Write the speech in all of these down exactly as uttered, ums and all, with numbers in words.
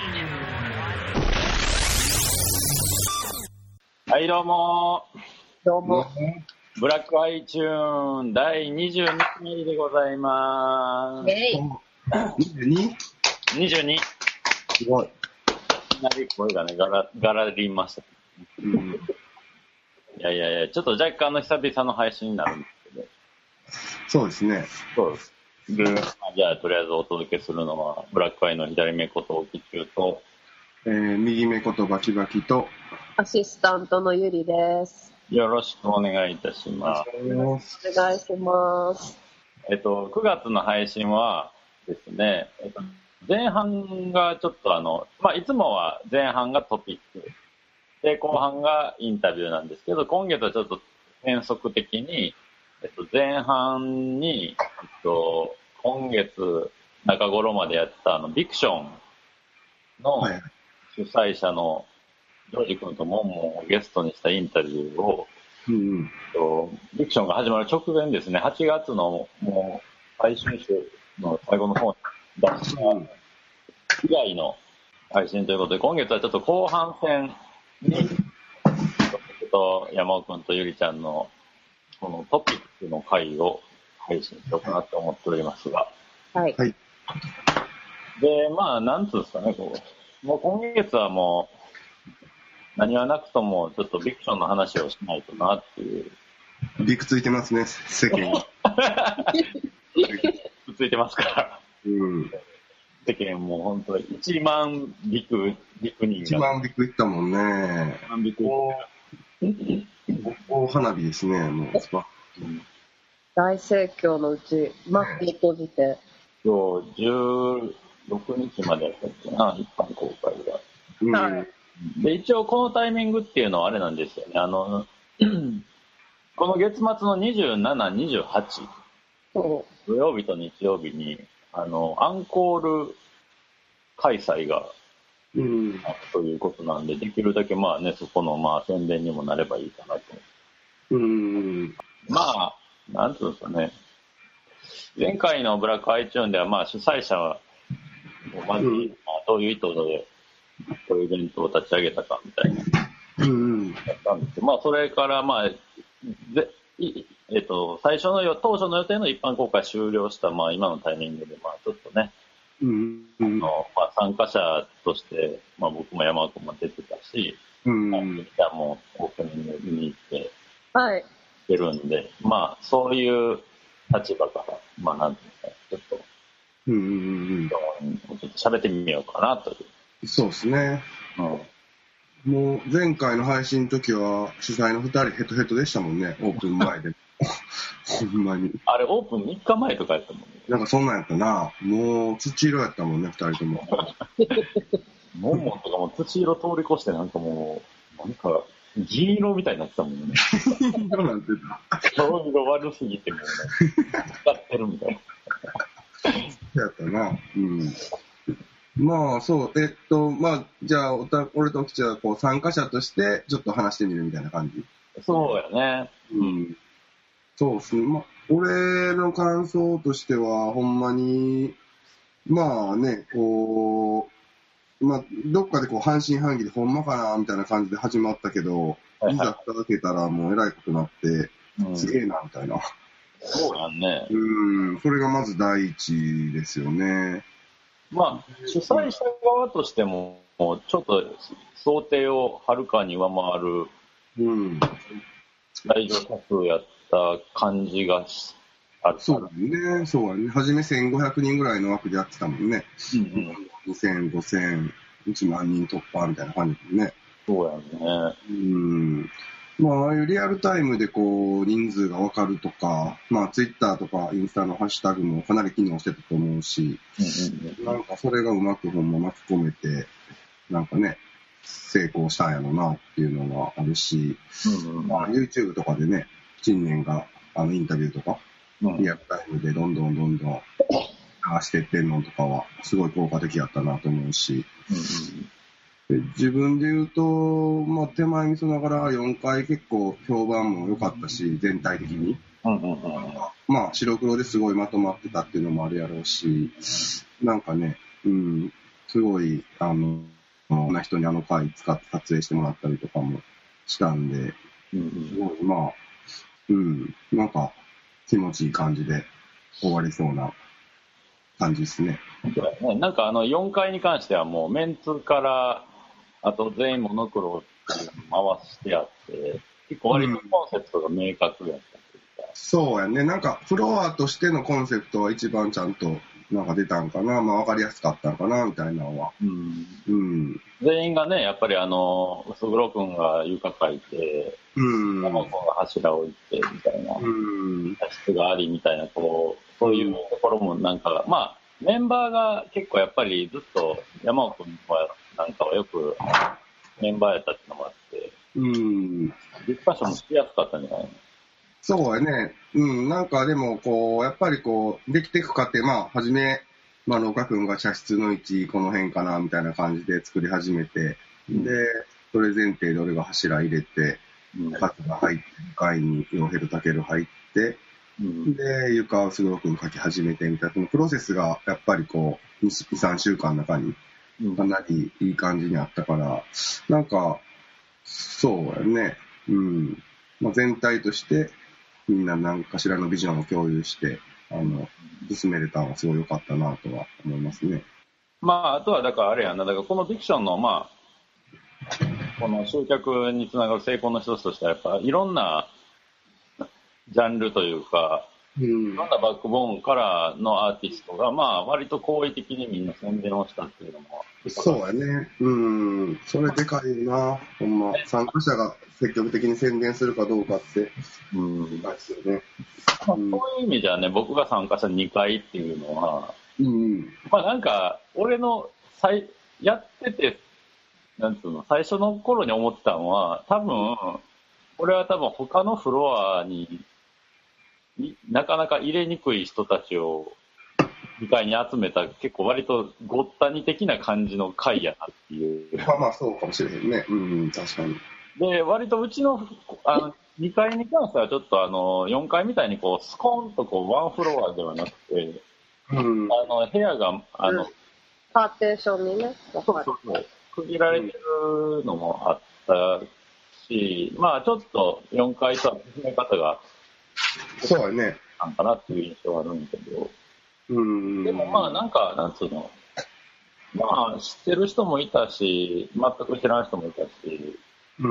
はい、どうもどうも。 ブラックアイチューンだいにじゅうにかいでございます。 えい。 にじゅうに? にじゅうに。 すごい。 いきなり声がね、ガラ、ガラりました。 うん、 いやいやいや、ちょっと若干の久々の配信になるんですけど。 そうですね。 そうです。で、じゃあ、とりあえずお届けするのは、ブラックアイの左目ことおきちゅうと、 えー、右目ことバキバキと、 アシスタントのゆりです。 よろしくお願いいたします。 お願いします。 えっと、くがつの配信はですね、えっと、前半がちょっとあの、まあ、いつもは前半がトピックで、後半がインタビューなんですけど、今月はちょっと変則的に、えっと、前半に、えっと、今月中頃までやってたあの、ビクションの主催者のジョージ君とモンモンをゲストにしたインタビューを、 うん、 とビクションが始まる直前ですね、はちがつのもう最終週の最後の方に出した以外の配信ということで、今月はちょっと後半戦に、と山尾君とゆりちゃんのこのトピックの回を配信しようかなと思っておりますが。 はい。 はい。 で、まあ、なんつうんですかね、こう、もう今月はもう、何はなくとも、ちょっとビクションの話をしないとなっていう。 ビクついてますね、世間に。 くっついてますから。 うん。 世間も本当にいちまんビク、ビク人が。 いちまんビクいったもんね。 いちまんビク。 大花火ですね、もうスパ。 うん、 大盛況のうち、マック閉じて。 今日じゅうろくにちまでやったっけな、一般公開が。 うん、 はい。 で、一応このタイミングっていうのはあれなんですよね。あの、この月末のにじゅうしち、にじゅうはち、 そ土曜日と日曜日に、あの、アンコール開催が、 うん、 ということなんで、できるだけまあね、そこのまあ宣伝にもなればいいかなと。 うん、 まあ、なんていうんですかね。前回のブラックアイチューンではまあ主催者は、まず、 うん、 まあ、どういう意図で、こういうイベントを立ち上げたかみたいな。 うん、 やったんですけど、まあ、それから、まあ、でいえっと、最初のよ、当初の予定の一般公開終了した、まあ、今のタイミングで、まあ、ちょっとね、 うん、 あの、まあ、参加者として、まあ、僕も山岡も出てたし、 うん、 まあ、みちゃんもオープニング見に行ってう。はい。 出るんで、まあ、そういう立場から、まあ、なんていうんですか、ちょっと、 うん、 ちょっと喋ってみようかなという。 そうですね。 うん、 もう前回の配信の時は主催のふたりヘトヘトでしたもんね、オープン前で。ほんまに。 あれ、オープンみっかまえとかやったもんね。 なんかそんなんやったな。もう土色やったもんね、ふたりとも。 モンモンとかも土色通り越してなんかもう、なんか銀色みたいになってたもんね。 どうなんてた。 顔色悪すぎてもうね、使ってるみたいな。 やったな。うん。まあ、そう。えっと、まあ、じゃあ、おた俺とおきちはこう参加者としてちょっと話してみるみたいな感じ。 そうやね。 うん。そうっすね。まあ、俺の感想としては、ほんまに、まあね、こう、まあ、どっかでこう半信半疑でほんまかなみたいな感じで始まったけど、 はいはい、 いざ蓋開けたらもうえらいことになって、うん、すげえなみたいな。 そうやんね。 うん、それがまず第一ですよね。 まあ、主催者側としても、ちょっと想定をはるかに上回る、 うん、 来場者数やった感じがある。 そうだね、そうだね。初めせんごひゃくにんぐらいの枠でやってたもんね。うんうん、にせん、ごせん、いちまんにん突破みたいな感じでね。 そうやね。 うん。まあ、ああいうリアルタイムでこう、人数がわかるとか、まあ、ツイッターとかインスタのハッシュタグもかなり機能してたと思うし、うんうん、なんかそれがうまくほんま巻き込めて、なんかね、成功したんやろなっていうのがあるし、うんうんまあ、YouTube とかでね、近年があのインタビューとか、うん、リアルタイムでどんどんどんどん流していってんのとかは、すごい効果的やったなと思うし、うんうんで自分で言うと、まあ、手前味噌ながらよんかい結構評判も良かったし、全体的に。うんうんうん、まあ、白黒ですごいまとまってたっていうのもあるやろうし、なんかね、うん、 すごい、あの、いろんな人にあの回使って撮影してもらったりとかもしたんで、 うん、 すごい、まあ、うん、なんか気持ちいい感じで終わりそうな感じですね。 ね、なんかあのよんかいに関してはもうメンツからあと全員モノクロっていうのを回してあって、結構割とコンセプトが明確やったというか、 うん、そうやね。なんかフロアとしてのコンセプトは一番ちゃんとなんか出たんかな、まあ分かりやすかったんかなみたいなのは。 うんうん、 全員がね、やっぱりあの薄黒君が床書いて、 うん、 山君が柱を置いてみたいな、 うん、 質がありみたいな、こうそういうところもなんか、まあメンバーが結構やっぱりずっと山尾君はなんかはよくメンバーやったっていうのもあって、 うん、 ディスカッションもしやすかったんじゃないの？ そうやね。うん、なんかでもこう、やっぱりこう、できていく過程、まあ、はじめ、まあ、廊下君が茶室の位置、この辺かな、みたいな感じで作り始めて、うん、で、それ前提で俺が柱入れて、 うん、 カツが入って、階にヨーヘルタケル入って、うん、で、床を菅野君書き始めてみたいな、このプロセスがやっぱりこう、に、さんしゅうかんの中に、かなりいい感じにあったから、なんか、そうやね。うん。まあ、全体として、みんな何かしらのビジョンを共有して、あの、進めれたのはすごい良かったなとは思いますね。 まあ、あとはだからあれやな、だからこのフィクションの、まあ、この集客につながる成功の一つとしては、やっぱいろんなジャンルというか、うん、いろんなバックボーンからのアーティストが、まあ、割と好意的にみんな宣伝をしたっていうのも。 そうやね。うん。それでかいな。ほんま。参加者が積極的に宣伝するかどうかって、うん。大事ですよね。 まあ、そういう意味じゃね、僕が参加したにかいっていうのは、 うん。 まあなんか、俺の最、やってて、なんつうの、最初の頃に思ってたのは、多分、俺は多分他のフロアに、なかなか入れにくい人たちを議会に集めた結構割とごったに的な感じの会やなっていう。 まあまあそうかもしれへんね。うん、確かに。 で、割とうちのあのにかいに関してはちょっとあのよんかいみたいにこうスコーンとこうワンフロアではなくて、うん、あの部屋があの、うん、 パーテーションにね、 そうそうそう区切られてるのもあったし、まあちょっとよんかいとは進め方がそうやね。 なんかなっていう印象があるんだけど、 うん、 でもまあなんかなんつうの、まあ知ってる人もいたし、全く知らない人もいたし、 うん、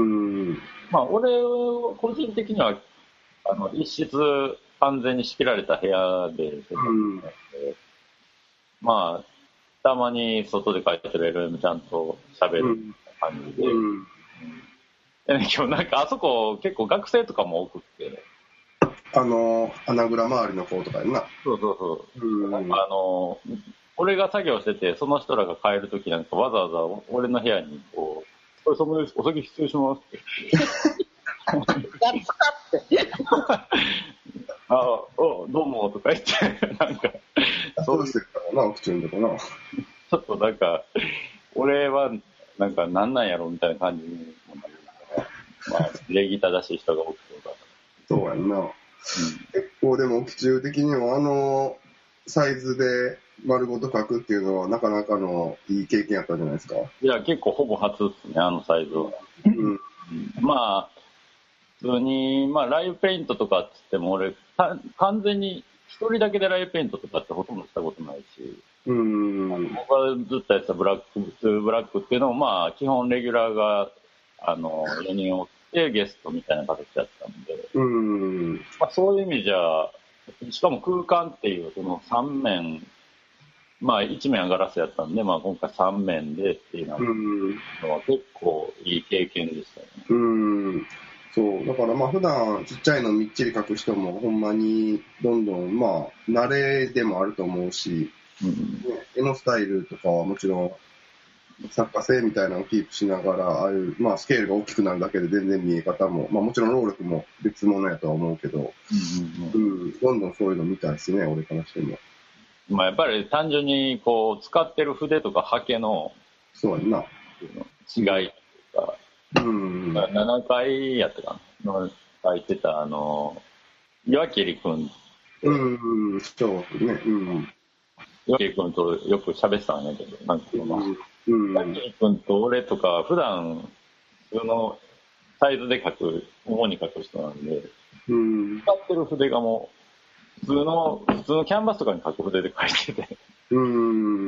まあ俺個人的にはあの一室完全に仕切られた部屋で、うん、まあたまに外で書いてる エルエム ちゃんと喋る感じで、うんうん、でね、今日なんかあそこ結構学生とかも多くって。 あの、穴蔵周りの子とかやな。 そうそうそう。うん、なんかあの、俺が作業してて、その人らが帰るときなんかわざわざ俺の部屋にこう、これそこでお酒失礼しますって。 やったって。 あ、お、どうもとか言って、なんか、 そうしてるからな、口のとこな。 ちょっとなんか、俺はなんかなんなんやろみたいな感じにもなるから、まあ、礼儀正しい人が多くてよかった。 そうやんな。結構でも、機中的にはあのサイズで丸ごと書くっていうのはなかなかのいい経験やったんじゃないですか。 いや、結構ほぼ初ですね、あのサイズは。うん、まあ、普通に、まあ、ライブペイントとかっつっても俺、完全に一人だけでライブペイントとかってほとんどしたことないし、うん、僕がずっとやってたブラック、普通ブラックっていうのも、まあ、基本レギュラーが、あの、よにんおって、ゲストみたいな形だったんで、うんまあ、そういう意味じゃ、しかも空間っていうそのさん面、まあいち面はガラスやったんで、まあ今回さん面でっていうのは結構いい経験でしたね。 うん、そうだからまあ普段ちっちゃいのみっちり描く人もほんまにどんどんまあ慣れでもあると思うし、うんね、絵のスタイルとかはもちろん作家性みたいなのをキープしながら、ああいう、まあ、スケールが大きくなるだけで全然見え方も、まあ、もちろん労力も別物やとは思うけど、うんうんうんうん、どんどんそういうの見たいですね、俺からしても。 まあ、やっぱり単純にこう使ってる筆とか刷毛のそうやな違いとか、うんうん、ななかいやったかなの書いてたあの岩切君、 うんうん、そうね、うん。 ヨッキー君とよく喋ってたんやけど、なんかその、 うん。 ヨッキー君と俺とか、普段、普通のサイズで描く、主に描く人なんで、 うん。 使ってる筆がもう、普通の、普通のキャンバスとかに描く筆で描いてて、 うん。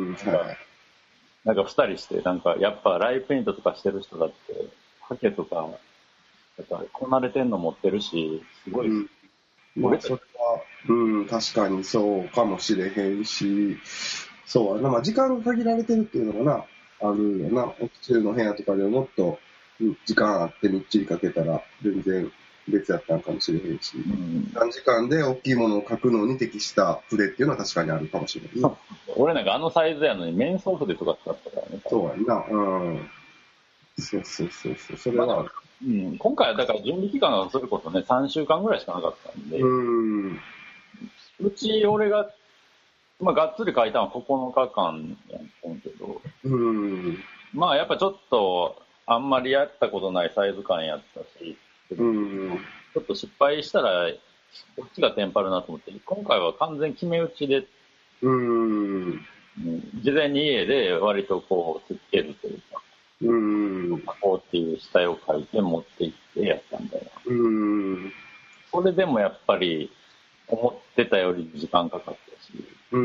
はい。 なんか二人して、なんかやっぱライブペイントとかしてる人だって、ハケとか、なんかこなれてんの持ってるし、すごい、 うん。まあ、それは、うん、確かにそうかもしれへんし、そうやな、まあ、時間が限られてるっていうのがな、あるよな。オフィスの部屋とかでもっと、うん時間あってみっちりかけたら、全然別やったんかもしれへんし、 うん、 短時間で大きいものを描くのに適した筆っていうのは確かにあるかもしれない、ね。 俺なんかあのサイズやのに、面相筆とか使ったからね。 そうやんな。うん。そうそうそうそう。それは、 うん、今回はだから準備期間がそれこそね、さんしゅうかんぐらいしかなかったんで、 うん。 うち俺が、まあ、がっつり書いたのはここのかかんやったんやけど、 うん。 まあやっぱちょっと、あんまりやったことないサイズ感やったし、 うん。 ちょっと失敗したら、こっちがテンパるなと思って、今回は完全決め打ちで、 うん。 うん、事前に家で割とこう、つけるというか、 うん。 書こうっていう下絵を書いて持って行ってやったんだよ。 うん。 それでもやっぱり、思ってたより時間かかったし、 うん。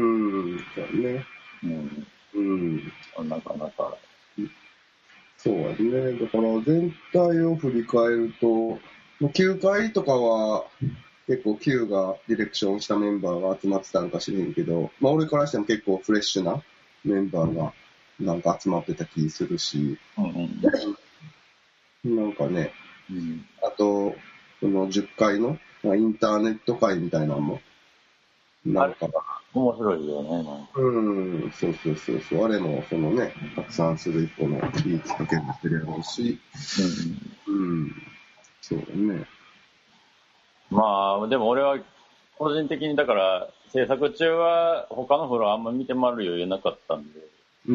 そうね。 うん、 うん。 なかなか。 そうやね。だから全体を振り返ると、きゅうかいとかは結構 Q がディレクションしたメンバーが集まってたんか知れへんけど、まあ俺からしても結構フレッシュなメンバーがなんか集まってた気するし、 うんうん、 なんかね、 うん、 あと、そのじゅっかいのまあインターネット会みたいなのも、なんか、 面白いよね。なんかうん、そうそうそうそう、あれもそのね、拡散する一個のいいきっかけになってるやろうし、うん、うん、そうだね。 まあ、でも俺は個人的にだから制作中は他のフロアあんま見て回る余裕なかったんで、 うん。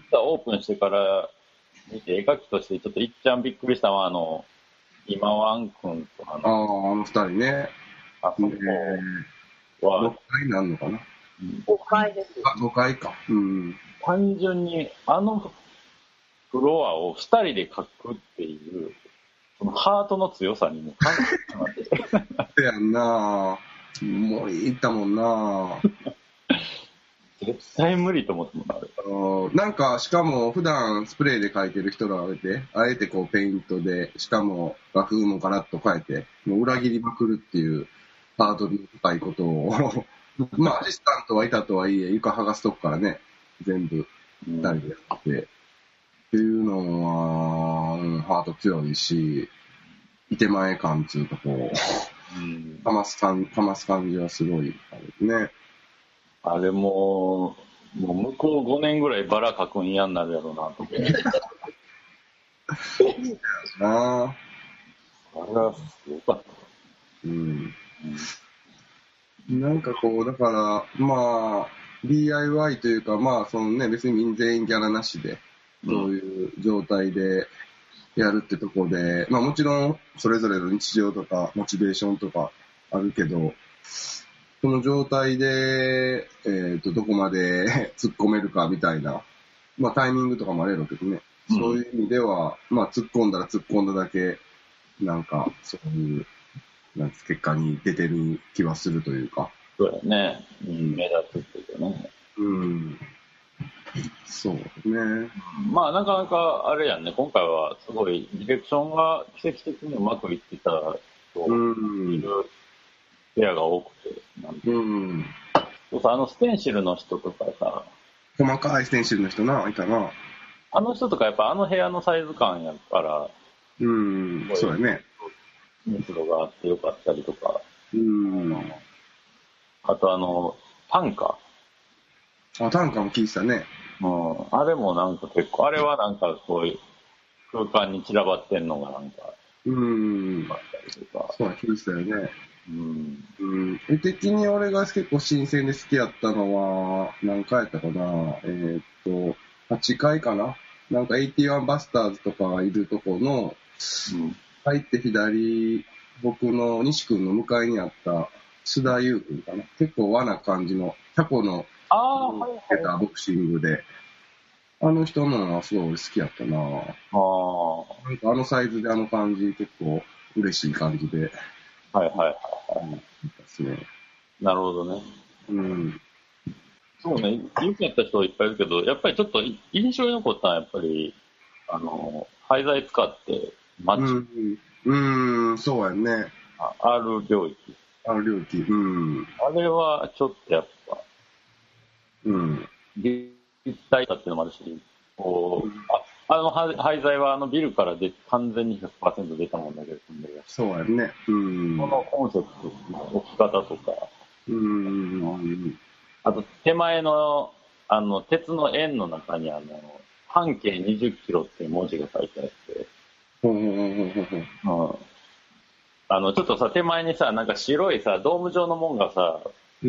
オープンしてから見て絵描きとしてちょっといっちゃんびっくりしたのはあの、今ワン君とあああ、 の、 あの二人ね。 あそこは、 ろっかいになるのかな。 ごかいです。 あ、ごかいか。うん。 単純にあのフロアをふたりで描くっていう、そのハートの強さにも感じてなって。 せやんな森行ったもんな絶対無理と思ってもらう。 なんか、しかも普段スプレーで描いてる人らをて、あえてこうペイントで、しかも画風もガラッと変えて、もう裏切りまくるっていうハードルの高いことを、まあアシスタントはいたとはいえ、床剥がすとこからね、全部二人でやって、っていうのは、うん、ハート強いし、いて前感つうとこう、うん、かます感、かます感じはすごいあるね。 あれも、もう向こうごねんぐらいバラ描くん嫌になるやろうなと思って。 なあ。 あれはすごかった。 うん。うん、なんかこう、だから、まあ、ディーアイワイ というか、まあ、そのね、別に全員ギャラなしで、そういう状態でやるってとこで、まあもちろん、それぞれの日常とか、モチベーションとかあるけど、その状態で、えっ、ー、と、どこまで突っ込めるかみたいな、まあタイミングとかもあれろうけどね、うん、そういう意味では、まあ突っ込んだら突っ込んだだけ、なんか、そういう、なん結果に出てる気はするというか。 そうやね。うん、目立つっていうかね。 うん。そうね。 まあなかなかあれやんね、今回はすごいディレクションが奇跡的にうまくいってたというペアが多くて、なんて、うん、あのステンシルの人とかさ、 細かいステンシルの人な、いたな。 あの人とかやっぱあの部屋のサイズ感やから、 うん、そうやね。 密度があってよかったりとか、 うん、 あとあの、短歌。 あ、短歌も聞いてたね。 うん、あれもなんか結構、あれはなんかこういう空間に散らばってんのがなんか、 うん、あったりとか。そう、聞いてたよね。うん。うん。絵的に俺が結構新鮮で好きやったのは、何回やったかなえー、っと、はちかいかななんかはちじゅういちバスターズとかいるとこの、うん、入って左、僕の西君の向かいにあった須田優君かな。結構和な感じの、タコのああ、はいはい。 出たボクシングで。あの人のはすごい好きやったな。あああ。 なんかあのサイズであの感じ結構嬉しい感じで。 はいはいはいはい。 うんですね。 なるほどね。 うん。 そうね、よくやった人いっぱいいるけど、やっぱりちょっと印象に残ったのはやっぱり、あの、廃材使ってマッチ、 うん、うん、そうやね。 あ R 領域。 あの領域。うん。 あれはちょっとやっぱ、 うん。 立体化っていうのもあるし、こう、ああの廃廃材はあのビルからで完全にひゃくパーセント出たもんだけど、 そうやね。うん。 このコンセプトの置き方とか、 うん。 あと手前のあの鉄の円の中にあの半径にじゅっキロっていう文字が書いてあって、 ほうほうほうほうほう。 うん、あのちょっとさ手前にさなんか白いさドーム状のもんがさ、 うん。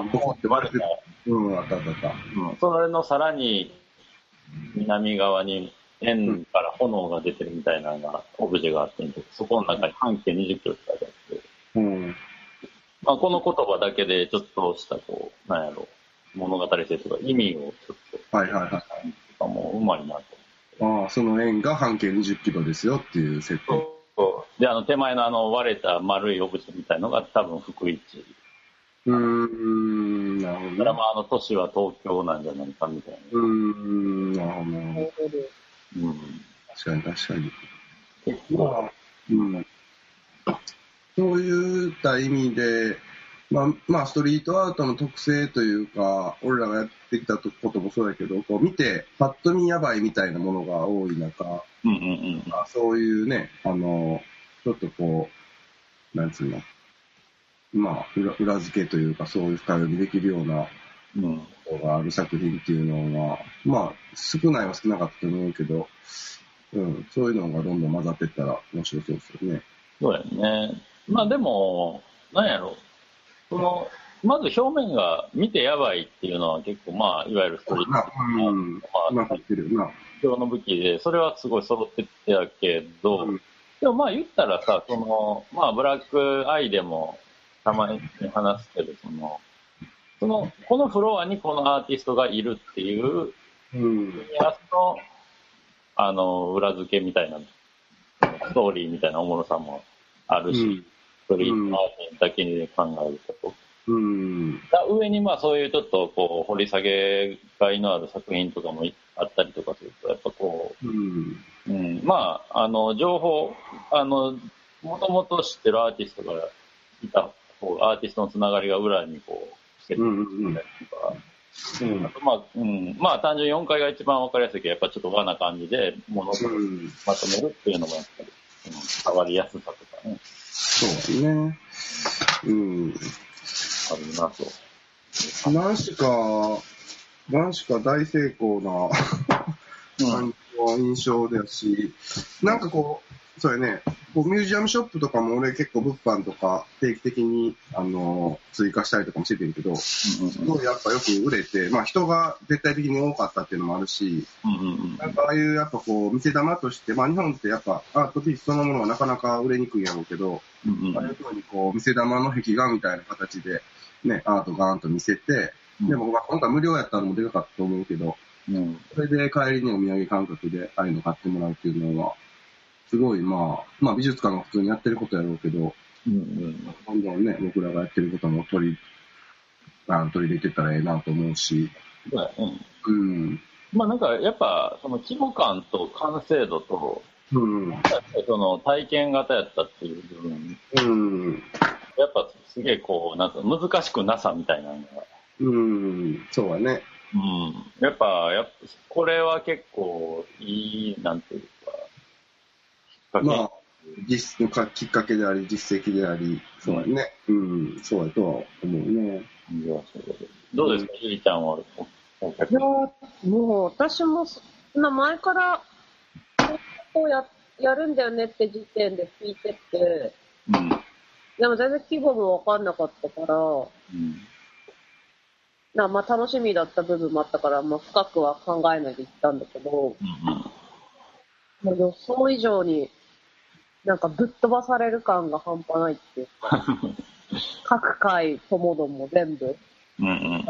ここって割れた、 うん、あったあったあった。 うん、それのさらに南側に円から炎が出てるみたいなのがオブジェがあってんけど、そこの中に半径にじゅっキロって書いてあって、 うん。 まあ、この言葉だけでちょっとしたこうなんやろ物語性とか意味をちょっとはいはいはい。 とかもうまいなと。 ああ、その円が半径にじゅっキロですよっていう設定。 そうで、あの手前のあの割れた丸いオブジェみたいのが多分福井市。 うーん、なるほど、ね。 だからまああの都市は東京なんじゃないかみたいな。 うーん、なるほど。 なるほど。 うん。 確かに確かに。 結まあ、うん。そういった意味で、まあ、まあ、ストリートアートの特性というか、俺らがやってきたこともそうだけど、こう見て、パッと見やばいみたいなものが多い中、 うんうんうん。 まあ、そういうね、あの、ちょっとこう、なんつうの、まあ裏、裏付けというか、そういう深読みできるようなうんことがある作品っていうのは、まあ、少ないは少なかったと思うけど、うん、そういうのがどんどん混ざっていったら面白そうですよね。 そうやね。まあでも、なんやろ。その、まず表面が見てやばいっていうのは結構まあ、いわゆるストリートな、 とか、 うん、 ままあ、 あ、 入ってるよな。 今日の武器で、それはすごい揃っててやけど、 うんでもまあ言ったらさ、その、まあブラックアイでもたまに話すけど、その、その、このフロアにこのアーティストがいるっていううん。 やつの、あの、裏付けみたいな、ストーリーみたいなおもろさもあるし、 うんストリートアートだけに考えると。 うん。 上にまあそういうちょっとこう掘り下げがいのある作品とかもあったりとかすると、やっぱこうん。 う、うん、まあ、あの、情報、あの、もともと知ってるアーティストがいた方が、アーティストのつながりが裏にこう、つけてうんうんうんたりとか、 うんあとまあ、うん、まあ単純によんかいが一番わかりやすいけど、やっぱちょっと和な感じで物事をまとめるっていうのもやっぱり、うん、変わりやすさとかね、 そうだね。うん。 あるなと。 何しか、何しか大成功な感じの印象ですし、なんかこう、そうやね、こうミュージアムショップとかも俺結構物販とか定期的に、あの、追加したりとかもしててるけど、すごいやっぱよく売れて、まあ人が絶対的に多かったっていうのもあるし、 うんうんうんなんかああいうやっぱこう、見せ玉として、まあ日本ってやっぱアートピースそのものはなかなか売れにくいやろうけど、 うんうんああいうふうにこう、見せ玉の壁画みたいな形で、ね、アートガーンと見せて、でもまあ今回無料やったのもでかかったと思うけど、 うんそれで帰りにお土産感覚でああいうの買ってもらうっていうのは、すごいまあ、まあ美術館が普通にやってることやろうけど、 うんうんどんどんね、僕らがやってることも取り、あの取り入れてたらええなと思うし、 そうやね。 うん、 まあなんかやっぱその規模感と完成度とうん、 その体験型やったっていう部分、 うん、 やっぱすげえこうなんか難しくなさみたいなのが、 うん、そうやね。 うん、やっぱやっぱこれは結構いいなんていうかきっかけ、 まあ、実かきっかけであり、実績であり、そうやね。うん、そうやとは思うね。 いやそうですどうですか、ゆりちゃんはお客いやーもう私もそんな前からこうややるんだよねって時点で聞いてて、 うんでも全然規模も分かんなかったから、 うんなまあ楽しみだった部分もあったから、まあ、深くは考えないで行ったんだけど、もうんう予想以上になんかぶっ飛ばされる感が半端ないっていうか、各回ともども全部うんうんが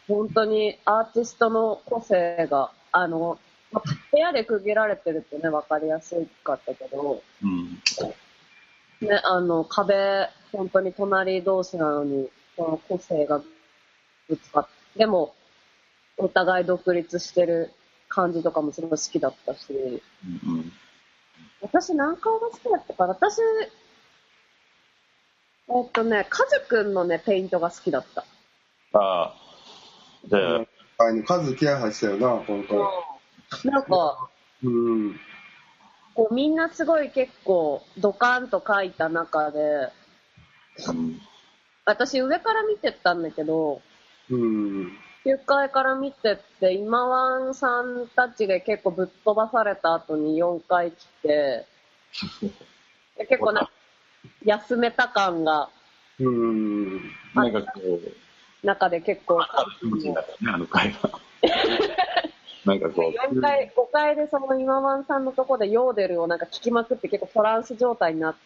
本当にアーティストの個性が、あの、まあ部屋で区切られてるとね、わかりやすかったけど、 うん。 ね、あの、壁、本当に隣同士なのに、この個性がぶつかって、でも、お互い独立してる感じとかもすごい好きだったし、 うんうん、 私何回が好きだったかな。私、えっとね、カズくんのね、ペイントが好きだった。 ああ、じゃあ、 あの数気合入ってたよな、今回。 なんか、 うん。 こうみんなすごい結構ドカンと描いた中で、 うん、 私上から見てったんだけど、 うん。 きゅうかいから見てって、今ワンさんたちが結構ぶっ飛ばされた後によんかい来て、結構なんか休めた感が、 うん。 なんかこう、 中で結構、 気持ちいいんだったね、あの回は。なんかこう、 よんかい、ごかいでその今ワンさんのとこでヨーデルをなんか聞きまくって結構トランス状態になって、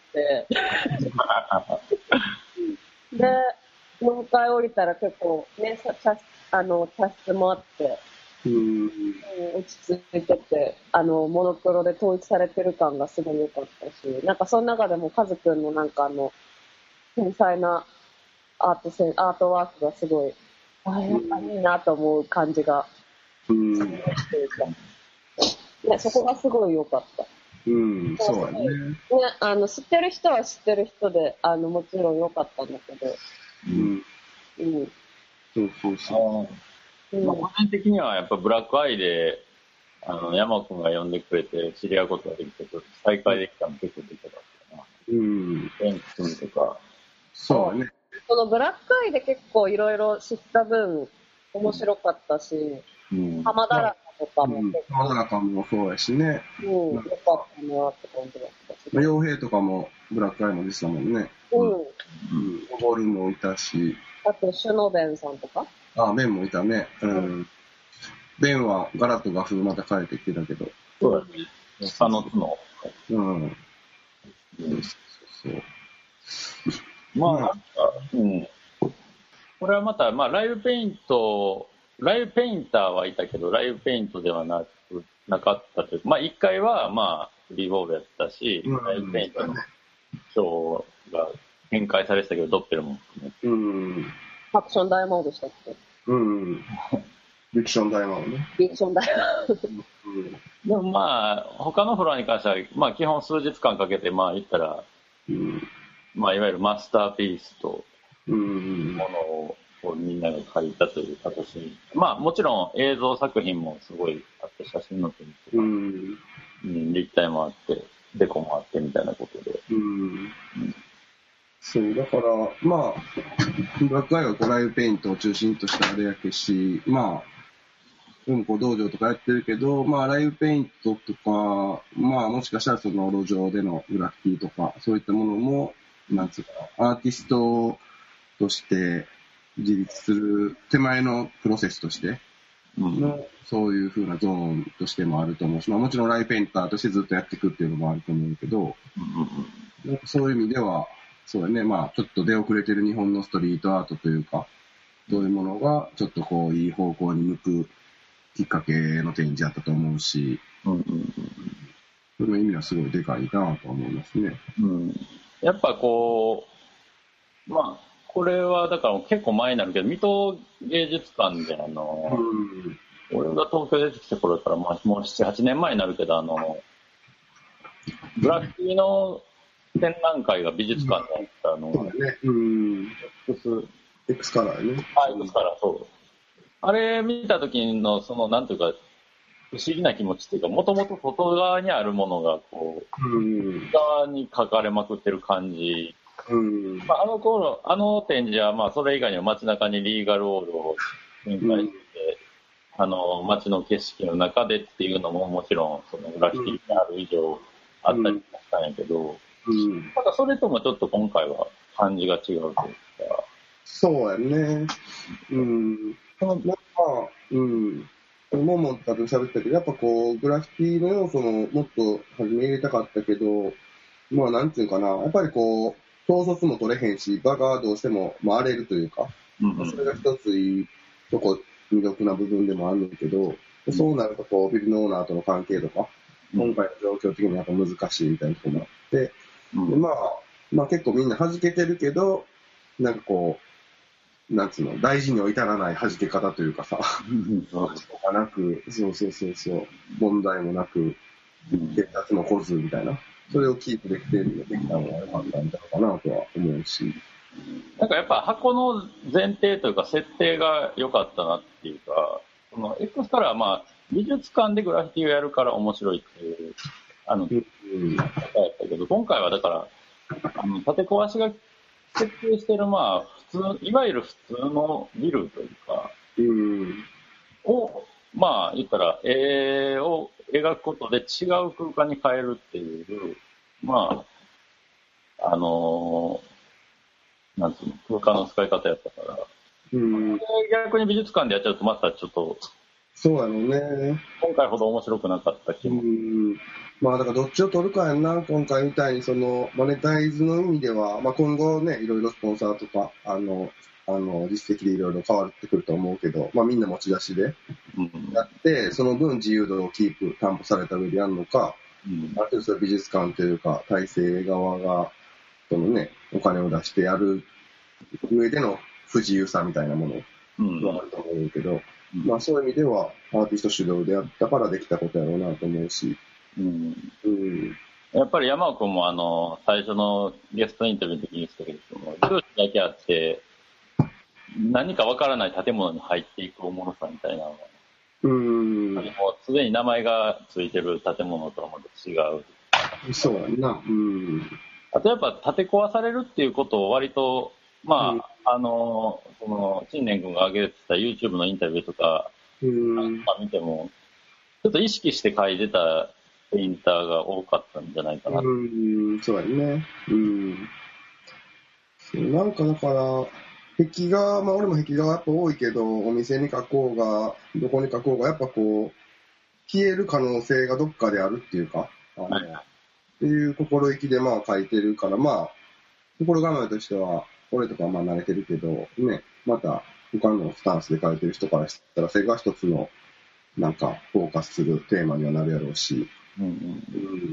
で、よんかい降りたら結構ね、茶あの茶室もあって、 うん、 落ち着いてて、あの、モノクロで統一されてる感がすごい良かったし、なんかその中でもカズくんのなんかあの、繊細なアートせアートワークがすごい、あ、やっぱいいなと思う感じが、 うん、 ね、そこがすごい良かった。 うん、そうやね。ね、 あの、知ってる人は知ってる人で、あの、もちろん良かったんだけど、 うん、 うん。 そうそうそう。 まあ、個人的にはやっぱブラックアイで、あの、山くんが呼んでくれて知り合うことができて、再会できたの結構できたかな。 うん。 ベン君とか。 そうね。 そのブラックアイで結構いろいろ知った分、面白かったし、うん、浜田らとかも結構、 浜田らかもそうやしね。 うん、よかったなって感じだったし。 傭兵とかもブラックアイも出てたもんね。 うん。うん。 ボールもいたし。 あと、シュノベンさんとかあ、ベンもいたね。うん。うん、ベンはガラと画風また変えてきてたけど。 そうだね。下の角。 うん。うん。そうそう。 まあ、なんか、うん。これはまた、まあ、ライブペイント、ライブペインターはいたけど、ライブペイントではなく、なかったというか、まあ、いっかいは、まあ、フリーボールやったし、うん、ライブペイントのショーが展開されてたけど、ドッペルも含めて。 うん。 アクションダイヤモンドでしたっけ？ うん。ビクションダイヤモンドね。 ビクションダイヤモンド。 うん、でもまあ、他のフロアに関しては、まあ、基本数日間かけて、まあ、言ったら、うん、まあ、いわゆるマスターピースと、ものをこうみんなが借りたという形。まあもちろん映像作品もすごいあって、写真の展示とか、うんうん、立体もあって、デコもあってみたいなことで。うんうん、 そう、だから、まあ、ブラックアイはこうライブペイントを中心としたあれやけし、まあ、うんこ道場とかやってるけど、まあライブペイントとか、まあもしかしたらその路上でのグラフィティとか、そういったものも、なんつうか、アーティストとして自立する手前のプロセスとしての、うん、そういう風なゾーンとしてもあると思うし、まあ、もちろんライブペインターとしてずっとやっていくっていうのもあると思うけど、うん、なんかそういう意味ではそうだね、まあちょっと出遅れてる日本のストリートアートというか、そういうものがちょっとこういい方向に向くきっかけの展示だったと思うし、うんうんうん、その意味はすごいでかいなと思いますね。 うん、やっぱこう、まあこれはだから結構前になるけど、水戸芸術館であの、うん、俺が東京出てきた頃から、まあ、もうなな、はちねんまえになるけど、あの、グラフィティの展覧会が美術館であったの、 そうだね。うん。 X、 X カラーね。 あ、X カラー、そう。あれ見た時の、その、なんていうか、不思議な気持ちっていうか、もともと外側にあるものが、こう、うん、側に書かれまくってる感じ。うんまあ、あの頃、あの展示は、まあ、それ以外にも街中にリーガルオールを展開してて、うん、あの、街の景色の中でっていうのももちろん、そのグラフィティにある以上あったりしたんやけど、うん、ただそれともちょっと今回は感じが違うというか。 そうやね。うん。まあ、うん。ももと喋ったけど、やっぱこう、グラフィティの要素ももっと初め入れたかったけど、まあなんていうかな、やっぱりこう、統率も取れへんし、場がどうしても回れるというか、うんうん、それが一ついいとこ魅力な部分でもあるんだけど、うん、そうなるとこう、ビルのオーナーとの関係とか、うん、今回の状況的にやっぱ難しいみたいなところもあって、うん、でまあ、まあ結構みんな弾けてるけど、なんかこう、なんつうの、大事には至らない弾け方というかさ、そうがなく、そうそうそうそう、問題もなく、警察も来ずみたいな、それをキープできてるできたのが良かったんじゃないかなとは思うし。 なんかやっぱ箱の前提というか設定が良かったなっていうか、その X からはまあ美術館でグラフィティをやるから面白いっていうあの、うん、だったけど、今回はだからあの建て壊しが設定してるまあ普通いわゆる普通のビルというか、うん、をまあ言ったら絵を描くことで違う空間に変えるっていうまああのーなんつうの空間の使い方やったから、うん、逆に美術館でやっちゃうとまたちょっとそうやろうね。 今回ほど面白くなかった気も。 うん、まあだからどっちを取るかやんな。今回みたいにそのマネタイズの意味では、まあ今後ねいろいろスポンサーとかあのあの実績でいろいろ変わってくると思うけど、まあみんな持ち出しでやって、うん、その分自由度をキープ担保された上でやるのか、うん、ある程度それ美術館というか体制側がそのねお金を出してやる上での不自由さみたいなものはあると思うけど、うん、まあそういう意味ではアーティスト主導でやったからできたことやろうなと思うし、うんうん、やっぱり山尾君もあの最初のゲストインタビューの時に言ってたけど、上司だけあって何かわからない建物に入っていくおもろさみたいなのが、うん、もうすでに名前がついてる建物とはまた違う。 そうやな。うん。 あとやっぱ建て壊されるっていうことを割とまあ、うん、あの、その、陳年君が上げてた YouTube のインタビューとか、うん、まあ見ても、ちょっと意識して書いてたペインターが多かったんじゃないかな。 うん、そうだね。うん。そうなんかだから、壁画、まあ俺も壁画がやっぱ多いけど、お店に書こうが、どこに書こうが、やっぱこう、消える可能性がどっかであるっていうか、あの、はい、っていう心意気でまあ書いてるから、まあ、心構えとしては、俺とかはまあ慣れてるけど、ね、また他のスタンスで書いてる人からしたら、それが一つの、なんか、フォーカスするテーマにはなるやろうし。うんうんうん、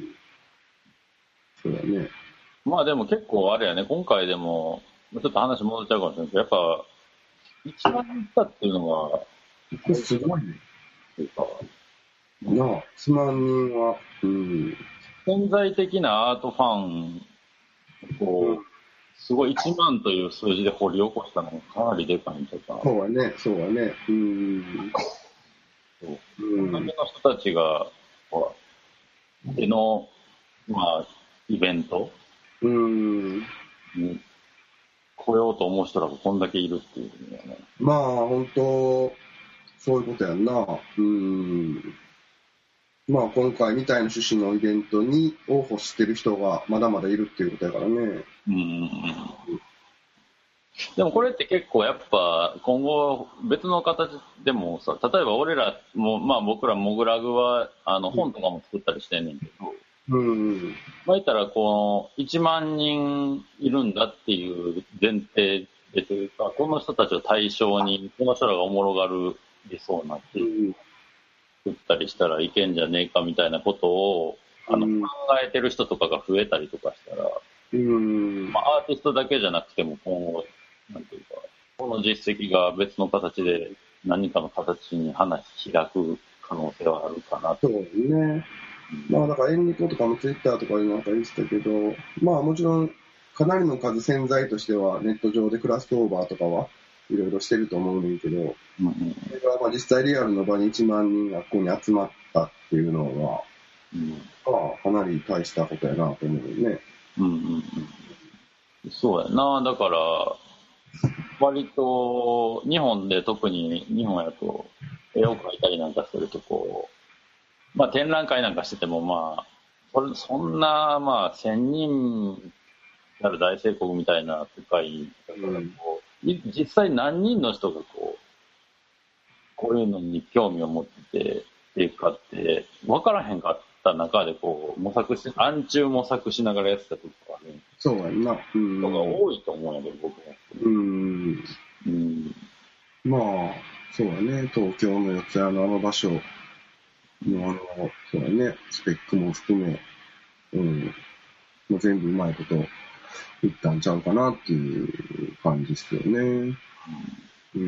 そうだね。 まあでも結構あれやね、今回でも、ちょっと話戻っちゃうかもしれないけど、やっぱ、一番言ったっていうのが、 すごいね。なあ、いちまんにんは、うん。 潜在的なアートファン、こう、うん、すごいいちまんという数字で掘り起こしたのがかなりでかいんちゃうかな。 そうはね、そうはね。うん。 そう。うん。その人たちが、ほら、絵の、まあ、イベントうん。に来ようと思う人らがこんだけいるっていうふうにはね。 まあ、本当そういうことやんな。うん。まあ、今回みたいな趣旨のイベントにを欲してる人がまだまだいるっていうことやからね。うん。 でもこれって結構やっぱ今後別の形でもさ、例えば俺らも、まあ僕らモグラグはあの本とかも作ったりしてんねんけど、うん。まあ言ったらこのいちまんにんいるんだっていう前提でというか、この人たちを対象にこの人らがおもろがる理想なっていう、作ったりしたらいけんじゃねえかみたいなことをあの、うん、考えてる人とかが増えたりとかしたら、うんまあ、アーティストだけじゃなくても今後なんていうか、この実績が別の形で何かの形に花開く可能性はあるかなと。 そうですね。まあだからエンリコとかもツイッターとかでなんか言ってたけど、まあもちろんかなりの数潜在としてはネット上でクラスオーバーとかはいろいろしてると思うんだけど、うんうん、それがまあ実際リアルの場にいちまんにんがここに集まったっていうのは、うん、まあかなり大したことやなと思うよね。うんうんうん、そうやな。だから割と日本で特に日本やと絵を描いたりなんかするとこう、まあ、展覧会なんかしててもまあそれそんなまあせんにんなる大成功みたいな世界だからこう、うん、実際何人の人がこうこういうのに興味を持ってていくかって分からへんかった中でこう模索し暗中模索しながらやってたとかね。 そうやんな。 うん。人が多いと思うんやけど僕は。うん。 うん。まあそうだね、東京の四谷のあの場所のあの、そうだね、スペックも含め、うん、もう全部うまいこといったんちゃうかなっていう感じですよね。うん。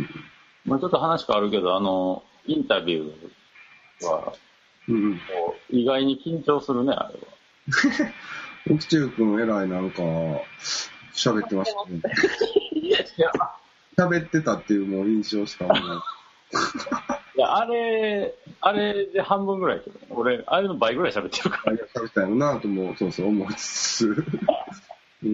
まあちょっと話変わるけど、あの、インタビューは、うん、意外に緊張するね、あれは。 奥中君えらいなんか、喋ってましたね。いや、喋ってたっていうもう印象しかもう。 いや、あれ、あれで半分ぐらいけど、俺、あれの倍ぐらい喋ってるから。 喋ったよなとも、そうそう思いつつ。うん。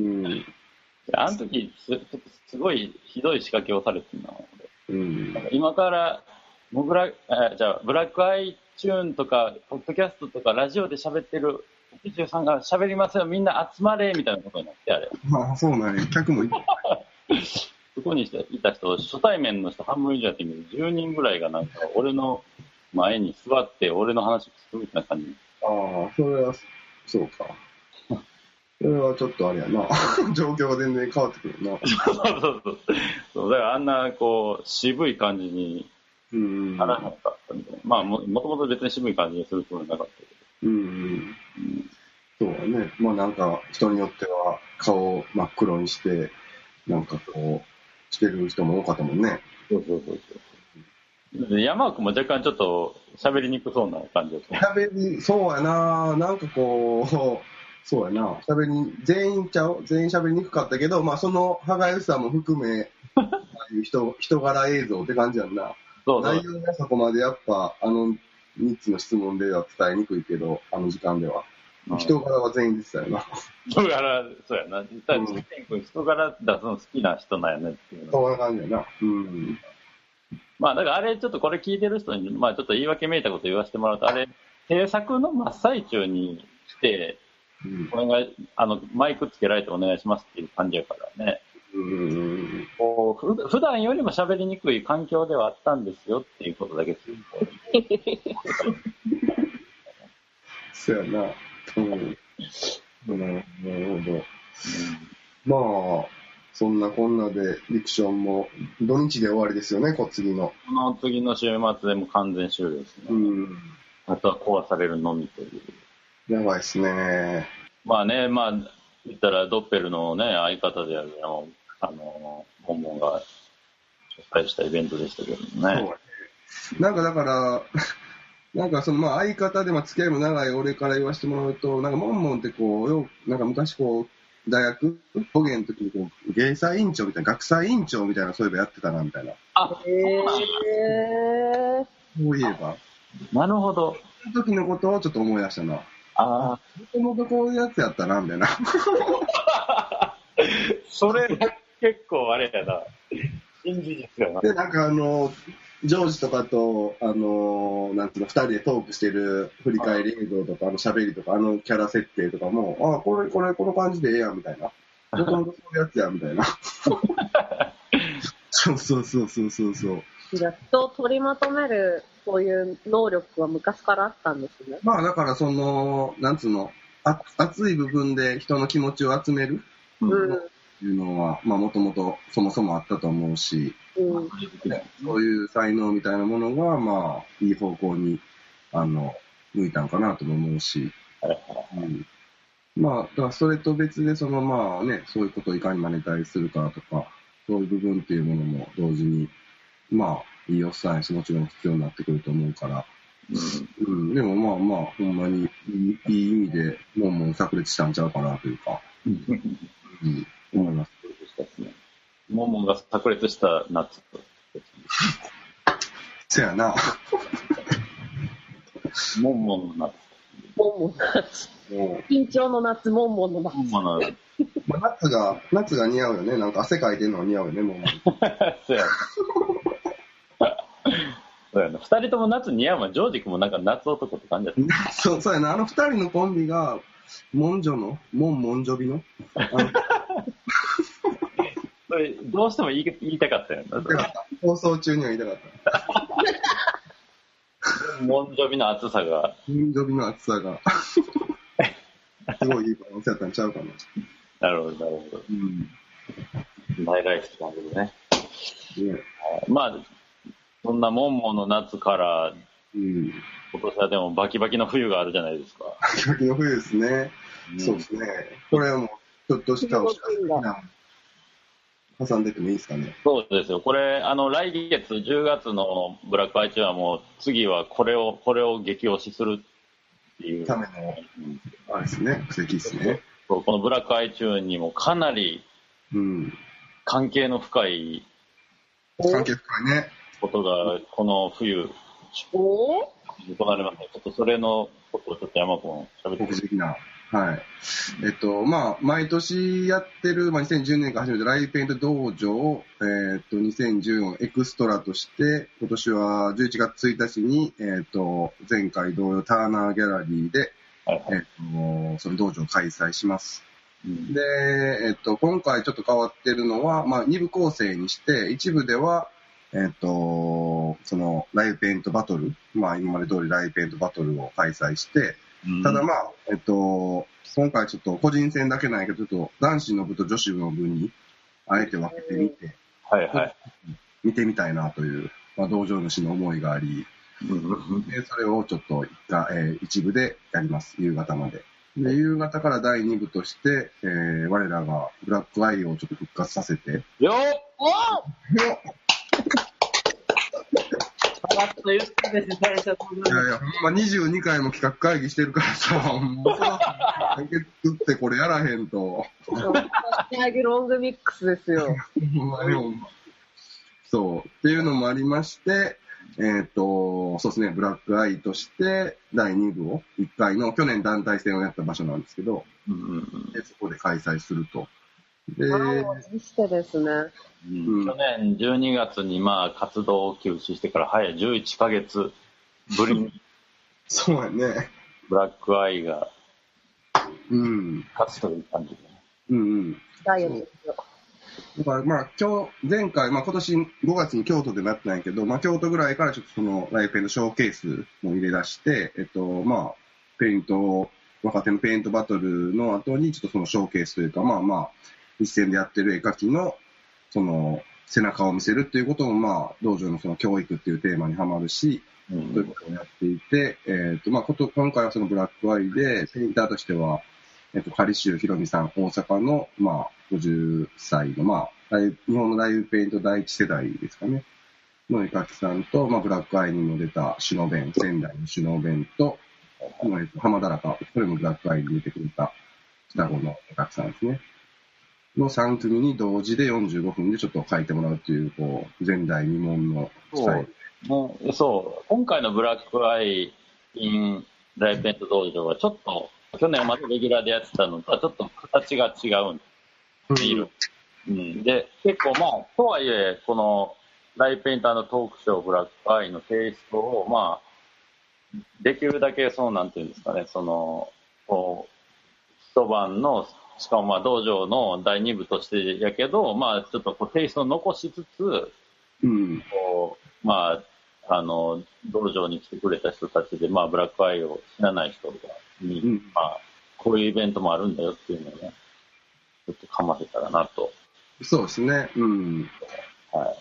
あの時す、すごいひどい仕掛けをされてるな、 うん、 今から、もうブラえじゃあブラックアイチューンとか、ポッドキャストとか、ラジオで喋ってる、奥中さんが喋りますよ、みんな集まれみたいなことになって、あれ。 まあ、そうなんや、客もいた。 そこにいた人、初対面の人半分以上やってみる、じゅうにんぐらいがなんか、俺の前に座って、俺の話を聞くみたいな感じ。 ああ、それは、そうか。それはちょっとあれやな。状況が全然変わってくるな。 そうそうそう。そうだからあんな、こう、渋い感じにならなかったんで、まあも、もともと別に渋い感じにするつもりなかったけど。 うん、うん。そうだね。まあなんか、人によっては顔を真っ黒にして、なんかこう、してる人も多かったもんね。 そうそうそうそう。山奥も若干ちょっと喋りにくそうな感じですね。 喋り、そうやな。なんかこう、そうやな。喋り、全員ちゃう全員喋りにくかったけど、まあその歯がゆさも含め、ああいう人、人柄映像って感じやんな。そうそう。内容がそこまでやっぱ、あのみっつの質問では伝えにくいけど、あの時間では。人柄は全員でしたよな。 人柄、そうやな。実際、チキン君、人柄出すの好きな人なんやねっていうの。 そんな感じやな。うん。 まあ、だからあれ、ちょっとこれ聞いてる人に、まあ、ちょっと言い訳めいたこと言わせてもらうと、あれ、制作の真っ最中に来て、うん、お願い、あの、マイクつけられてお願いしますっていう感じやからね。うん。こう、ふ普段よりも喋りにくい環境ではあったんですよっていうことだけ聞いて。 そうやな。うん。なるほど。うん、まあ、そんなこんなで、リクションも土日で終わりですよね、こ次の。 この次の週末でも完全終了ですね。うん。あとは壊されるのみという。 やばいっすね。 まあね、まあ、言ったらドッペルのね、相方である、あの、モンモンが主催したイベントでしたけどね。そうなんかだから、なんかそのまあ相方でまあ付き合いも長い俺から言わせてもらうと、なんかモンモンってこう、よなんか昔こう、大学語源の時にこう、芸祭委員長みたいな、学祭委員長みたいなそういえばやってたなみたいな。 あ、へえ。そういえば。 なるほど。 その時のことをちょっと思い出したな。 ああ。 もともとこういうやつやったな、みたいな。 それ結構あれやな。新事実やな。 で、なんかあの、ジョージとかと、あの、なんていうの、二人でトークしてる振り返り映像とか、あの喋りとか、あのキャラ設定とかも、ああ、これ、これ、この感じでええやん、みたいな。もともとそういうやつや、みたいな。そうそうそうそうそうそう。 じゃあ、人を取りまとめる、そういう能力は昔からあったんですね。 まあ、だからその、なんつうの、あ熱い部分で人の気持ちを集める。うん。いうのは、まあ、もともとそもそもあったと思うし、うん、そういう才能みたいなものが、まあ、いい方向に、あの、向いたんかなとも思うし、うん、まあ、だからそれと別で、その、まあね、そういうことをいかにマネタイズするかとか、そういう部分っていうものも同時に、まあ、いいおっさんやし、もちろん必要になってくると思うから、うん、うん、でもまあまあ、ほんまにいい、いい意味で、もうもう炸裂したんちゃうかなというか、うん思います。 モンモンが炸裂した夏。 せやな。 モンモンの夏。 モンモンの夏。緊張の夏、モンモンの夏。 モンモンの夏。 まあ、夏が、夏が似合うよね。なんか汗かいてるのが似合うよね、モンモン。 そうやな。そうやな。二人とも夏似合うわ。ジョージ君もなんか夏男って感じだった。 そう、そうやな。あの二人のコンビが、モンジョの、モンモンジョビの。 それどうしても言い言いたかったよな。 放送中には言いたかった。 モンジョビの暑さが。 モンジョビの暑さが。すごいいいバランスやったんちゃうかな。 なるほど、なるほど。うん。マイライフって感じでね。ねまあ、 そんなもんもの夏から、 うん、 今年はでもバキバキの冬があるじゃないですか。 バキバキの冬ですね。うん、そうですね。これはもう、ちょっとしたお知らせな挟んでてもいいですかね。 そうですよ。これ、あの、来月じゅうがつのブラックアイチューはもう、次はこれを、これを激推しするっていう。 ための、あれですね、布石ですね。 そう、このブラックアイチューにもかなり、関係の深い、 うん、関係深いね。 ことが、この冬、行われますね。ちょっとそれのことをちょっと山君喋ってください。 はい。えっと、まあ、毎年やってる、まあ、にせんじゅうねんから始めたライブペイント道場を、えっと、にせんじゅうよんエクストラとして、今年はじゅういちがつついたちに、えっと、前回同様ターナーギャラリーで、はいはい、えっと、その道場を開催します。うん、で、えっと、今回ちょっと変わってるのは、まあ、に部構成にして、一部では、えっと、その、ライブペイントバトル、まあ、今まで通りライブペイントバトルを開催して、ただまあ、えっと、今回ちょっと個人戦だけなんやけど、ちょっと男子の部と女子の部に、あえて分けてみて、 はいはい。 見てみたいなという、まあ、道場主の思いがあり、でそれをちょっと一回、えー、一部でやります、夕方まで。で、夕方からだいに部として、えー、我らがブラックアイをちょっと復活させて。 よっパラッと言ったですね、最初。いやいや、ほんまにじゅうにかいも企画会議してるからさ、もうそら、解決ってこれやらへんと。 ロングミックスですよ。 そう。っていうのもありまして、えっと、そうですね、ブラックアイとしてだいに部をいっかいの去年団体戦をやった場所なんですけど、うんうんうん、でそこで開催すると。 で、にしてですね、 うん、去年じゅうにがつにまあ活動を休止してから早いじゅういっかげつぶりにそうやね。 ブラックアイがうん勝つという感じで、 うんうん。 ダイエットですよ。 だからまあ今日前回、まあ、今年ごがつに京都でもやったんやけど、まあ、京都ぐらいからちょっとそのライブペイントショーケースも入れ出して、えっとまあペイント若手のペイントバトルの後にちょっとそのショーケースというかまあまあ一戦でやってる絵描きのその背中を見せるっていうこともまあ道場のその教育っていうテーマにはまるし、うん、そういうことをやっていて、えっとまあこと今回はそのブラックアイでペインターとしてはえっと、カリシュウヒロミさん、大阪の、まあ、ごじゅっさいの、まあ、日本のライブペイント第一世代ですかね。の絵描きさんと、まあ、ブラックアイにも出たシュノベン、仙台のシュノベンと、浜田中、これもブラックアイに出てくれた双子の絵描きさんですね。のさん組に同時でよんじゅうごふんでちょっと描いてもらうという、こう、前代未聞のスタイル。 そう、そう、今回のブラックアイ in ライブペイント道場はちょっと、去年までレギュラーでやってたのとはちょっと形が違うんでいる、うんうん、で結構まあとはいえこのライブペインターのトークショーブラックアイのテイストをまあできるだけそうなんていうんですかねそのこう一晩のしかもまあ道場のだいに部としてやけどまあちょっとこうテイストを残しつつ、うん、こうまああの道場に来てくれた人たちでまあブラックアイを知らない人がに、うん、まあ、こういうイベントもあるんだよっていうのをね、ちょっとかませたらなと。 そうですね。うん。はい。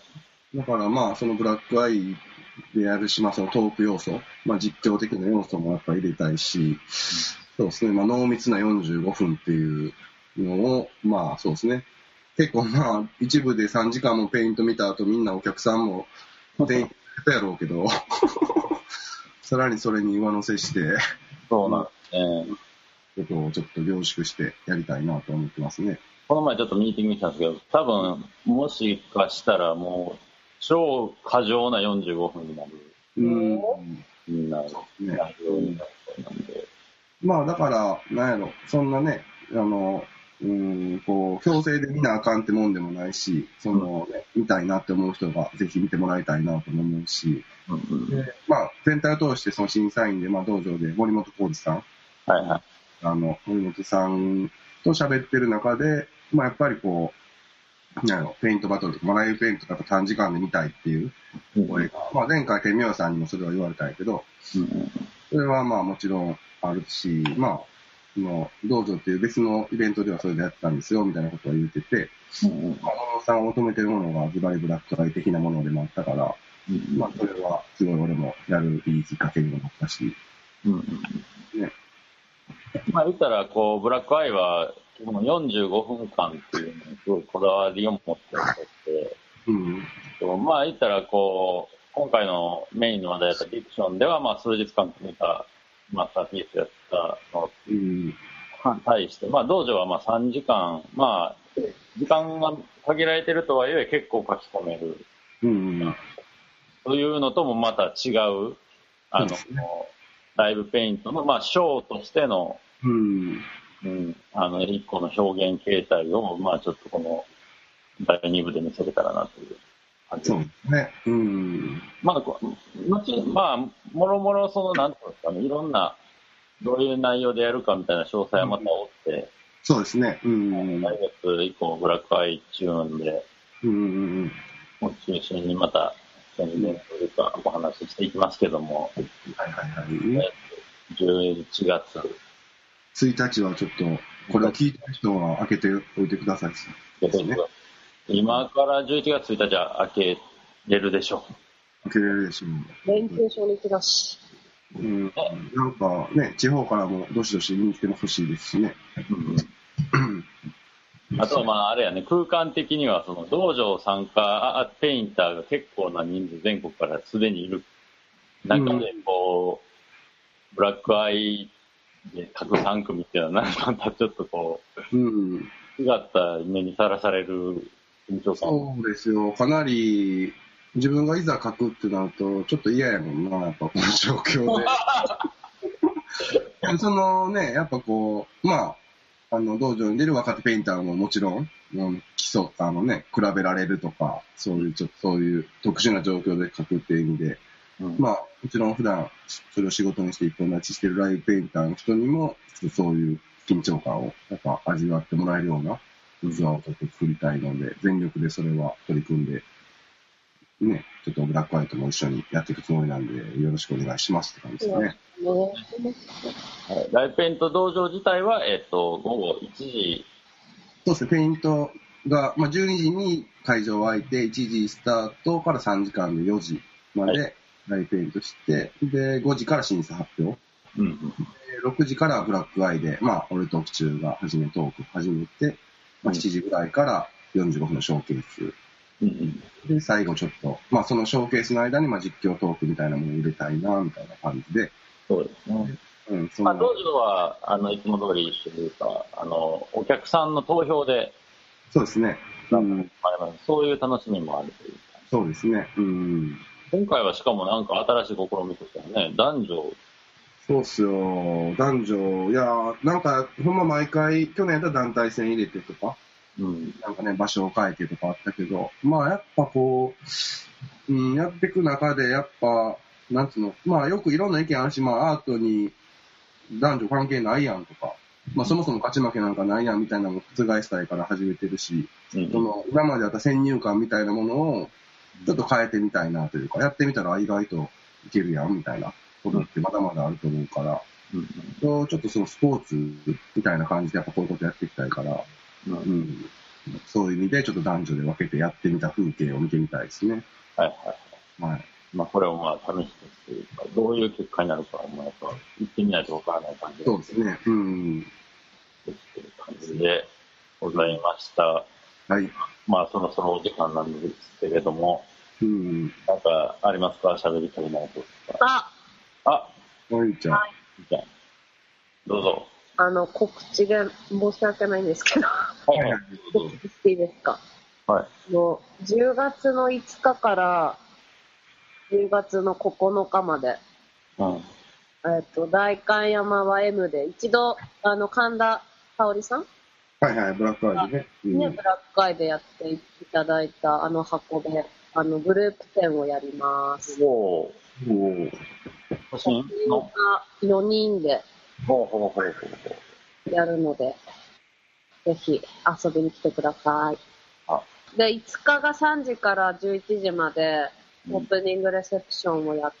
だからまあ、そのブラックアイでやるし、まあそのトーク要素、まあ実況的な要素もやっぱ入れたいし、うん、そうですね。まあ濃密なよんじゅうごふんっていうのを、まあそうですね。結構まあ、一部でさんじかんもペイント見た後みんなお客さんもペイントやろうけど、さらにそれに上乗せして、 そうなんですね。 ことをちょっと凝縮してやりたいなと思ってますね。 この前ちょっとミーティングしたんですけど、多分もしかしたらもう超過剰なよんじゅうごふんになる。うん。みんな、ね、 なんで。まあだから、なんやろ、そんなね、あの、うん、こう、強制で見なあかんってもんでもないし、そのね、見たいなって思う人がぜひ見てもらいたいなと思うし、うん、でまあ全体を通してその審査員で、まあ道場で森本浩二さん、はいはい。あの、森本さんと喋ってる中で、まあやっぱりこう、なんやろ、ペイントバトルとか、まあライブペイントとか短時間で見たいっていう声が、うん、まあ前回、ケミオさんにもそれは言われたんやけど、うん、それはまあもちろんあるし、まあ、の道場っていう別のイベントではそれでやってたんですよ、みたいなことを言ってて、うん、まあ、小野さんが求めてるものがズバリブラックアイ的なものでもあったから、 うん、まあ、それはすごい俺もやるいいきっかけにもなったし。うんね、まあ言ったら、こう、ブラックアイは、このよんじゅうごふんかんっていうのにすごいこだわりを持っておって、うん、まあ言ったら、こう、今回のメインの話題だったフィクションでは、まあ数日間決めたマスターピースやったのに対して、まあ道場はまあさんじかん、まあ、時間が限られてるとはいえ結構書き込める。うん、というのともまた違う、あの、ね、ライブペイントの、まあ、ショーとしての、うんうん、あの、一個の表現形態を、まあ、ちょっとこの、だいに部で見せれたらなという感じです。そうですね。うん。まあ、後、まあ、もろもろ、その、なんていうんですかね、いろんな、どういう内容でやるかみたいな詳細はまた追って、うん、 そうですね。うん。 来月以降、ブラックアイチューンで、うんうんうん。中心にまた、宣伝というか、お話ししていきますけども、はいはいはい。じゅういちがつ。 ついたちはちょっと、これを聞いてる人は開けておいてください、ね。 今からじゅういちがつついたちは開けれるでしょう。開けれるでしょう。 連休初日だし。 うん。なんかね、地方からもどしどし見に来ても欲しいですしね。 うん、あとはまああれやね、空間的にはその道場参加ペインターが結構な人数全国からすでにいる中でこう、うん、ブラックアイで各さん組っていうのはなんかちょっとこう、うん、違った目にさらされる緊張感。 そうですよ。かなり自分がいざ書くってなるとちょっと嫌やもんな、やっぱこの状況で。そのね、やっぱこう、まあ、あの、道場に出る若手ペインターももちろん、うん、基礎、あのね、比べられるとか、そういう、ちょっとそういう特殊な状況で書くっていう意味で、うん、まあ、もちろん普段、それを仕事にして一本立ちしてるライブペインターの人にも、そういう緊張感を、やっぱ味わってもらえるような器をちょっと作りたいので、全力でそれは取り組んで、ね、ちょっとブラックアイとも一緒にやっていくつもりなんで、よろしくお願いしますって感じですね。 はい、ライブペイント道場自体は、えっと、午後いちじ。 そうですね、ペイントが、まあ、じゅうにじに会場開いて、いちじスタートからさんじかんでよじまでライブペイントして、で、ごじから審査発表。うんうん、ろくじからブラックアイで、まあ、俺と府中が初めトーク始めて、まあ、しちじぐらいからよんじゅうごふんのショーケース。うんうん、で、最後ちょっと、まあ、そのショーケースの間に、まあ、実況トークみたいなものを入れたいな、みたいな感じで。 そうですね。うん、そのまあ、道場は、あの、いつも通りというか、あの、お客さんの投票で、 そうですね。 うん、そういう楽しみもあるというか。 そうですね。うん。 今回はしかもなんか新しい試みとしてはね、男女。 そうっすよ。男女。いや、なんか、ほんま毎回、去年やったら団体戦入れてとか、うん、なんかね、場所を変えてとかあったけど、まあやっぱこう、うん、やっていく中で、やっぱ、なんつうの、まあよくいろんな意見あるし、まあアートに男女関係ないやんとか、まあそもそも勝ち負けなんかないやんみたいなのを覆したいから始めてるし、うん、その今まであった先入観みたいなものをちょっと変えてみたいなというか、やってみたら意外といけるやんみたいなことってまだまだあると思うから、うん、ちょっとそのスポーツみたいな感じでやっぱこういうことやっていきたいから、うんうん、そういう意味でちょっと男女で分けてやってみた風景を見てみたいですね。はいはいはい。まあこれをまあ試してというか、どういう結果になるかはまあやっぱ行ってみないと分からない感じで。 そうですね。うん。 できてる感じでございました。はい。まあそろそろお時間なんですけれども、うん。なんかありますか、喋りたいなとか。 ああおいちゃん。はい。 じゃあどうぞ。 あの、告知で申し訳ないんですけど。はい。告知していいですか。はい。のじゅうがつのいつかからじゅうがつのここのかまで、うん、えっと、代官山は M で、一度、あの、神田香織さんはいはい、ブラックアイでね。 うん、ね、ブラックアイでやっていただいたあの箱で、あの、グループ展をやります。おー。おー。よにんで、ほうほうほうほう。やるので、ぜひ遊びに来てください。あで、いつかがさんじからじゅういちじまで、オープニングレセプションをやって、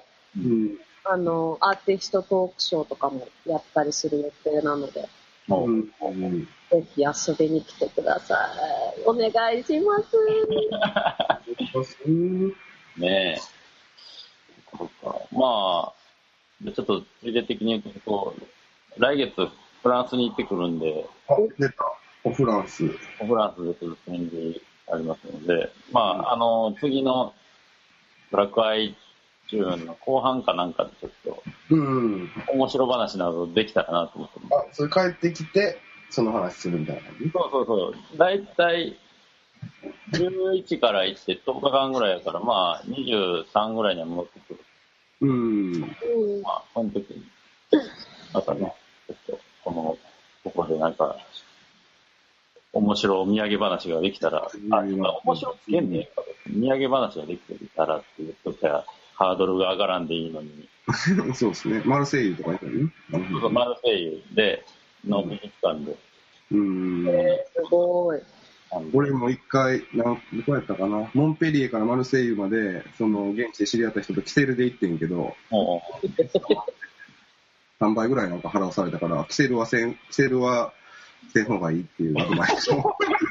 うん、あの、アーティストトークショーとかもやったりする予定なので、うん、ぜひ遊びに来てください。お願いします。 ねえ。そうか。まあ、ちょっとついで的に言うと、来月フランスに行ってくるんで、 あ、出た。おフランス。 フランスでちょっと展示ありますので、まあ、あの、次のブラックアイチューンの後半かなんかでちょっと、 うん。 面白話などできたらなと思ってます。 あ、それ帰ってきて、その話するみたいな感じ？ そうそうそう。だいたいじゅういちから行ってとおかかんぐらいやから、まあ、にじゅうさんぐらいには戻ってくる。 うん。 うん。 まあ、その時に、またね、ちょっと、この、ここでなんか、面白いお土産話ができたら、あ、今、面白つけんねえか。土産話ができてたらっていうときは、ハードルが上がらんでいいのに、 そうですね。マルセイユとか行ったりね。 マルセイユで、の美術館で、 うん。 すごい。 あの俺も一回、なんどこやったかな。モンペリエからマルセイユまで、その、現地で知り合った人とキセルで行ってんけど、 もさんばいぐらいなんか払わされたから、キセルはせん、キセルはせん方がいいっていうアドバイスを。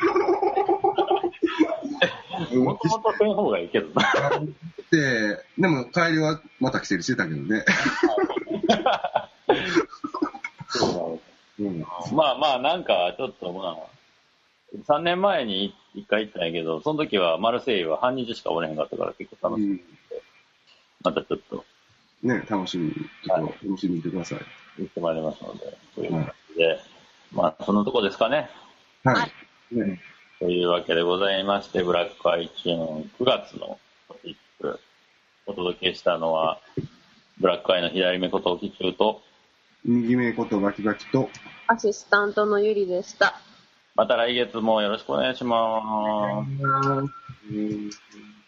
う、もともとせん方がいいけどな。 で、でも帰りはまたキセルしてたけどね。うん。 まあまあ、なんか、ちょっとまあ、さんねんまえに一回行ったんやけど、その時はマルセイユは半日しかおれへんかったから結構楽しみ、 うん、 またちょっとね、楽しみに、ちょっと楽しみにしてください。 行ってまいりますので、という感じで、まあ、そのとこですかね。 はい。ね、 というわけでございまして、ブラックアイチューンくがつのトピック、お届けしたのは、ブラックアイの左目こと沖中と、 右目ことバキバキと、 アシスタントのゆりでした。 また来月もよろしくお願いします。 うん